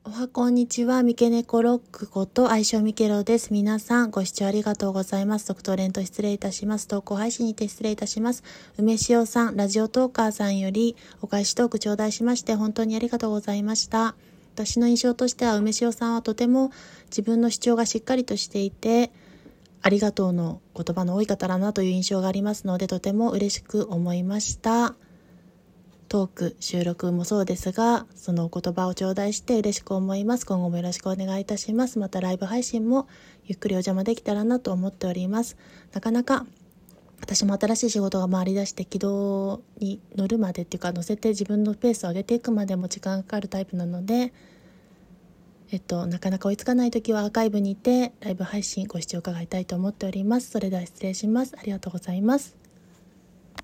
おはこんにちは。三毛猫ロックこと愛称ミケロです。皆さんご視聴ありがとうございます。ドクトレント失礼いたします。投稿配信にて失礼いたします。梅塩さん、ラジオトーカーさんよりお返しトーク頂戴しまして本当にありがとうございました。私の印象としては梅塩さんはとても自分の主張がしっかりとしていて、ありがとうの言葉の多い方だなという印象がありますので、とても嬉しく思いました。トーク、収録もそうですが、そのお言葉を頂戴して嬉しく思います。今後もよろしくお願いいたします。またライブ配信もゆっくりお邪魔できたらなと思っております。なかなか私も新しい仕事が回り出して軌道に乗るまでっていうか、乗せて自分のペースを上げていくまでも時間がかかるタイプなので、なかなか追いつかないときはアーカイブにてライブ配信ご視聴伺いたいと思っております。それでは失礼します。ありがとうございます。